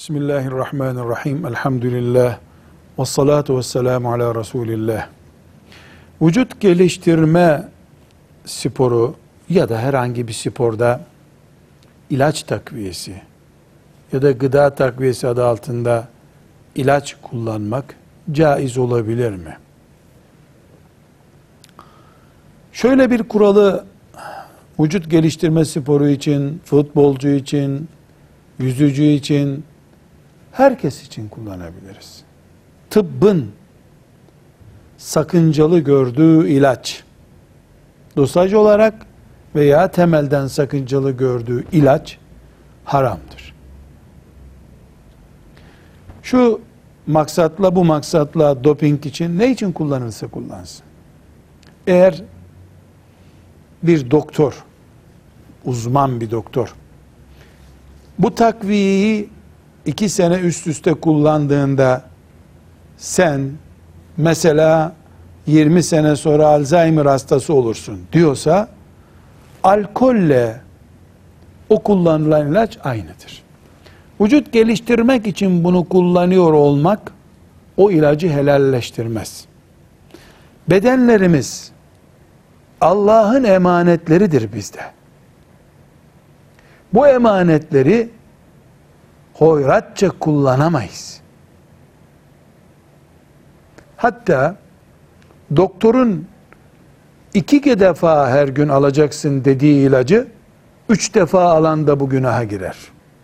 Bismillahirrahmanirrahim. Elhamdülillah. Vessalatu vesselamu ala Resulillah. Vücut geliştirme sporu ya da herhangi bir sporda ilaç takviyesi ya da gıda takviyesi adı altında ilaç kullanmak caiz olabilir mi? Şöyle bir kuralı vücut geliştirme sporu için, futbolcu için, yüzücü için, herkes için kullanabiliriz. Tıbbın sakıncalı gördüğü ilaç, dosaj olarak veya temelden sakıncalı gördüğü ilaç haramdır. Şu maksatla bu maksatla doping için ne için kullanırsa kullansın. Eğer bir doktor, uzman bir doktor, bu takviyeyi 2 sene üst üste kullandığında sen mesela 20 sene sonra Alzheimer hastası olursun diyorsa, alkolle o kullanılan ilaç aynıdır. Vücut geliştirmek için bunu kullanıyor olmak o ilacı helalleştirmez. Bedenlerimiz Allah'ın emanetleridir bizde. Bu emanetleri hoyratça kullanamayız. Hatta doktorun 2 defa her gün alacaksın dediği ilacı 3 defa alan da bu günaha girer.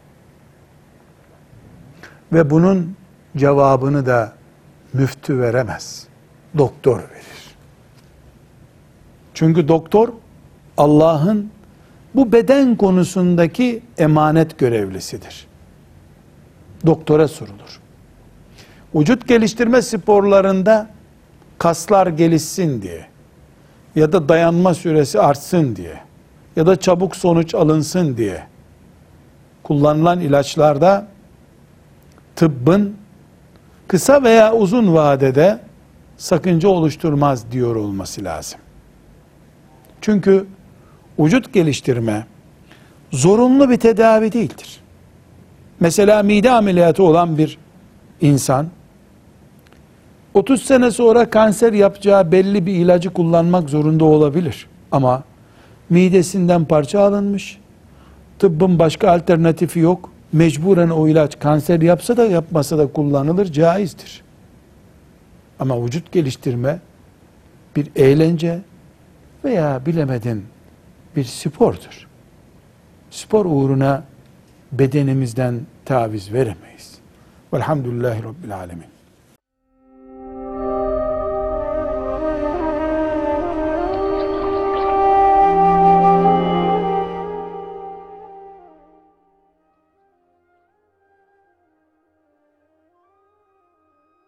Ve bunun cevabını da müftü veremez. Doktor verir. Çünkü doktor Allah'ın bu beden konusundaki emanet görevlisidir. Doktora sorulur. Vücut geliştirme sporlarında kaslar gelişsin diye ya da dayanma süresi artsın diye ya da çabuk sonuç alınsın diye kullanılan ilaçlarda tıbbın kısa veya uzun vadede sakınca oluşturmaz diyor olması lazım. Çünkü vücut geliştirme zorunlu bir tedavi değildir. Mesela mide ameliyatı olan bir insan 30 sene sonra kanser yapacağı belli bir ilacı kullanmak zorunda olabilir. Ama midesinden parça alınmış, tıbbın başka alternatifi yok, mecburen o ilaç kanser yapsa da yapmasa da kullanılır, caizdir. Ama vücut geliştirme bir eğlence veya bilemedin bir spordur. Spor uğruna bedenimizden taviz veremeyiz. Velhamdülillahi Rabbil Alemin.